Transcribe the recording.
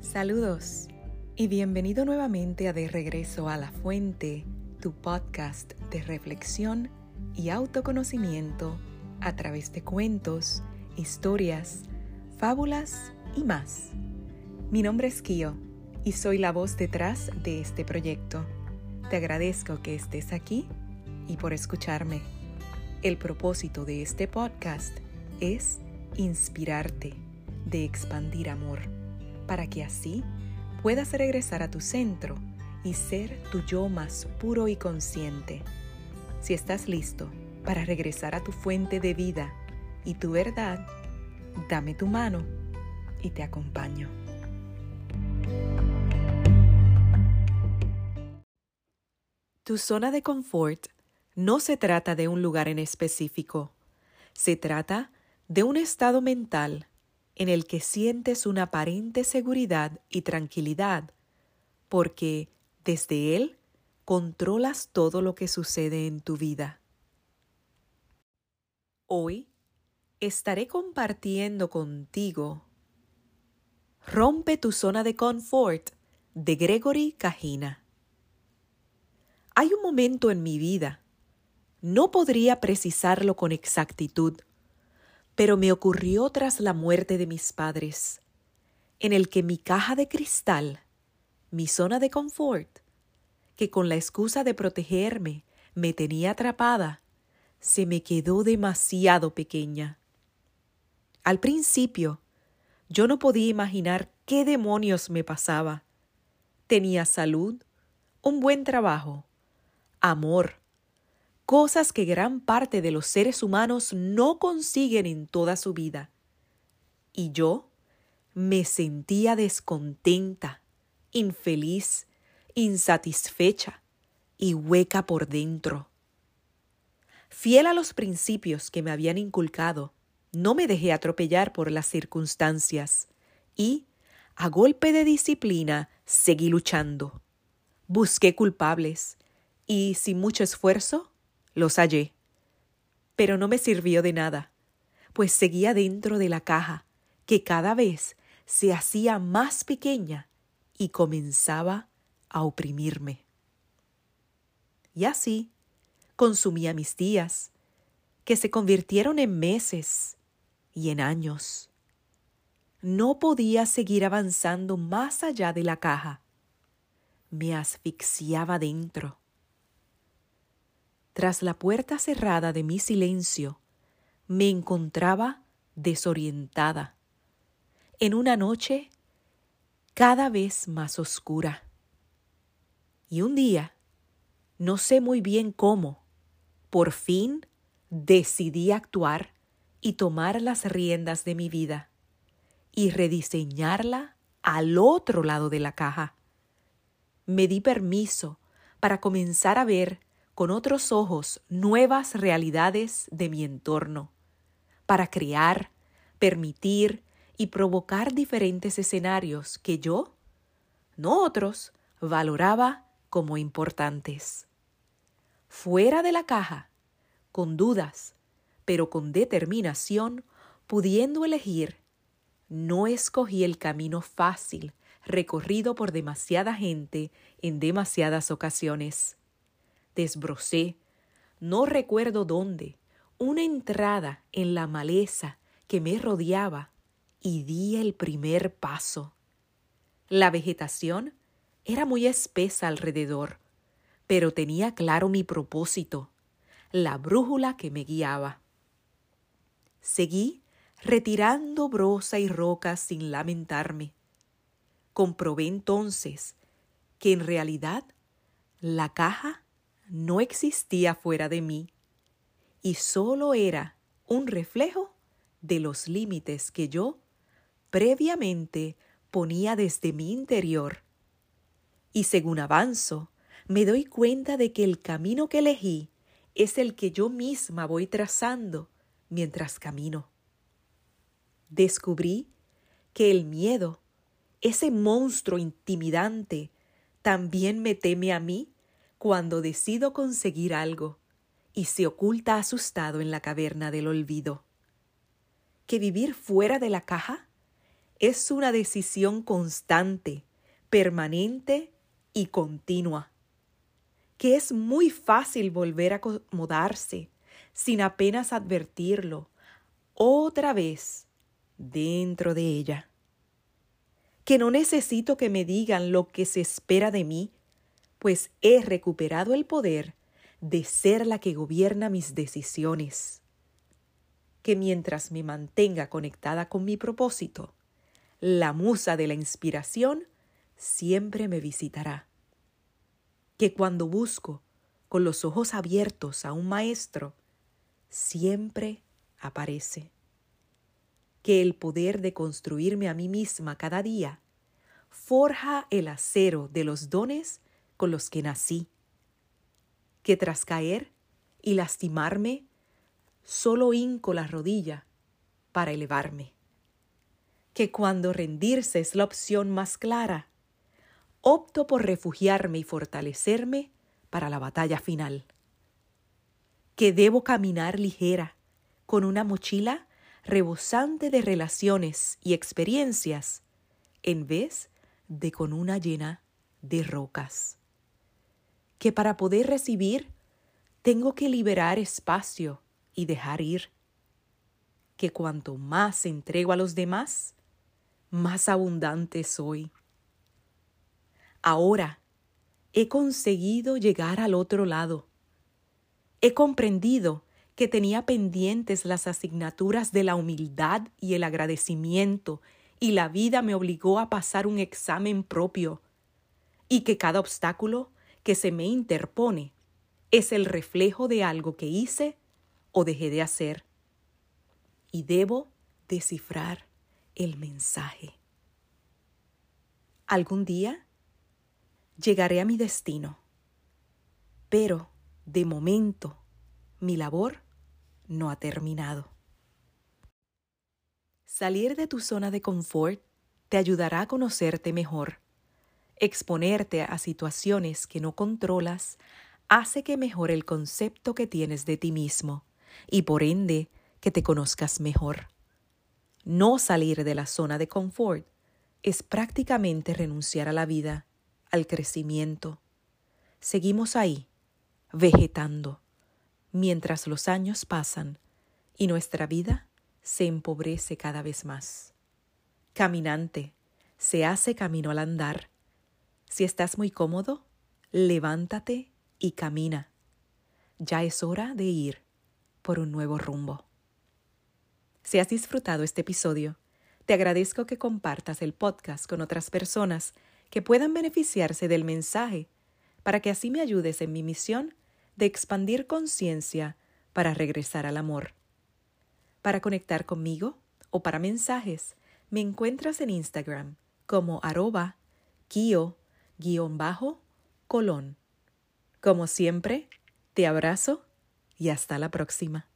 Saludos y bienvenido nuevamente a De Regreso a la Fuente, tu podcast de reflexión y autoconocimiento a través de cuentos, historias, fábulas y más. Mi nombre es Kio y soy la voz detrás de este proyecto. Te agradezco que estés aquí y por escucharme. El propósito de este podcast es inspirarte, de expandir amor, para que así puedas regresar a tu centro y ser tu yo más puro y consciente. Si estás listo para regresar a tu fuente de vida y tu verdad, dame tu mano y te acompaño. Tu zona de confort no se trata de un lugar en específico. Se trata de un estado mental en el que sientes una aparente seguridad y tranquilidad, porque desde él controlas todo lo que sucede en tu vida. Hoy estaré compartiendo contigo Rompe tu zona de confort de Gregory Kahina. Hay un momento en mi vida, no podría precisarlo con exactitud, pero me ocurrió tras la muerte de mis padres, en el que mi caja de cristal, mi zona de confort, que con la excusa de protegerme me tenía atrapada, se me quedó demasiado pequeña. Al principio, yo no podía imaginar qué demonios me pasaba. Tenía salud, un buen trabajo, amor, cosas que gran parte de los seres humanos no consiguen en toda su vida. Y yo me sentía descontenta, infeliz, insatisfecha y hueca por dentro. Fiel a los principios que me habían inculcado, no me dejé atropellar por las circunstancias y, a golpe de disciplina, seguí luchando. Busqué culpables y, sin mucho esfuerzo, los hallé. Pero no me sirvió de nada, pues seguía dentro de la caja, que cada vez se hacía más pequeña y comenzaba a oprimirme. Y así consumía mis días, que se convirtieron en meses y en años. No podía seguir avanzando más allá de la caja. Me asfixiaba dentro. Tras la puerta cerrada de mi silencio, me encontraba desorientada, en una noche cada vez más oscura. Y un día, no sé muy bien cómo, por fin decidí actuar y tomar las riendas de mi vida y rediseñarla al otro lado de la caja. Me di permiso para comenzar a ver con otros ojos nuevas realidades de mi entorno, para crear, permitir y provocar diferentes escenarios que yo, no otros, valoraba como importantes. Fuera de la caja, con dudas, pero con determinación, pudiendo elegir, no escogí el camino fácil recorrido por demasiada gente en demasiadas ocasiones. Desbrocé, no recuerdo dónde, una entrada en la maleza que me rodeaba y di el primer paso. La vegetación era muy espesa alrededor, pero tenía claro mi propósito, la brújula que me guiaba. Seguí retirando brosa y rocas sin lamentarme. Comprobé entonces que en realidad la caja no existía fuera de mí y solo era un reflejo de los límites que yo previamente ponía desde mi interior. Y según avanzo, me doy cuenta de que el camino que elegí es el que yo misma voy trazando mientras camino. Descubrí que el miedo, ese monstruo intimidante, también me teme a mí cuando decido conseguir algo y se oculta asustado en la caverna del olvido. Que vivir fuera de la caja es una decisión constante, permanente y continua, que es muy fácil volver a acomodarse sin apenas advertirlo, otra vez dentro de ella. Que no necesito que me digan lo que se espera de mí, pues he recuperado el poder de ser la que gobierna mis decisiones. Que mientras me mantenga conectada con mi propósito, la musa de la inspiración siempre me visitará. Que cuando busco con los ojos abiertos a un maestro, siempre aparece. Que el poder de construirme a mí misma cada día forja el acero de los dones con los que nací. Que tras caer y lastimarme, solo hinco la rodilla para elevarme. Que cuando rendirse es la opción más clara, opto por refugiarme y fortalecerme para la batalla final. Que debo caminar ligera, con una mochila rebosante de relaciones y experiencias, en vez de con una llena de rocas. Que para poder recibir, tengo que liberar espacio y dejar ir. Que cuanto más entrego a los demás, más abundante soy. Ahora he conseguido llegar al otro lado. He comprendido que tenía pendientes las asignaturas de la humildad y el agradecimiento, y la vida me obligó a pasar un examen propio, y que cada obstáculo que se me interpone es el reflejo de algo que hice o dejé de hacer. Y debo descifrar el mensaje. Algún día llegaré a mi destino, pero de momento mi labor no ha terminado. Salir de tu zona de confort te ayudará a conocerte mejor. Exponerte a situaciones que no controlas hace que mejore el concepto que tienes de ti mismo y por ende que te conozcas mejor. No salir de la zona de confort es prácticamente renunciar a la vida, al crecimiento. Seguimos ahí, vegetando, mientras los años pasan y nuestra vida se empobrece cada vez más. Caminante, se hace camino al andar. Si estás muy cómodo, levántate y camina. Ya es hora de ir por un nuevo rumbo. Si has disfrutado este episodio, te agradezco que compartas el podcast con otras personas que puedan beneficiarse del mensaje para que así me ayudes en mi misión de expandir conciencia para regresar al amor. Para conectar conmigo o para mensajes, me encuentras en Instagram como @kio_colón. Como siempre, te abrazo y hasta la próxima.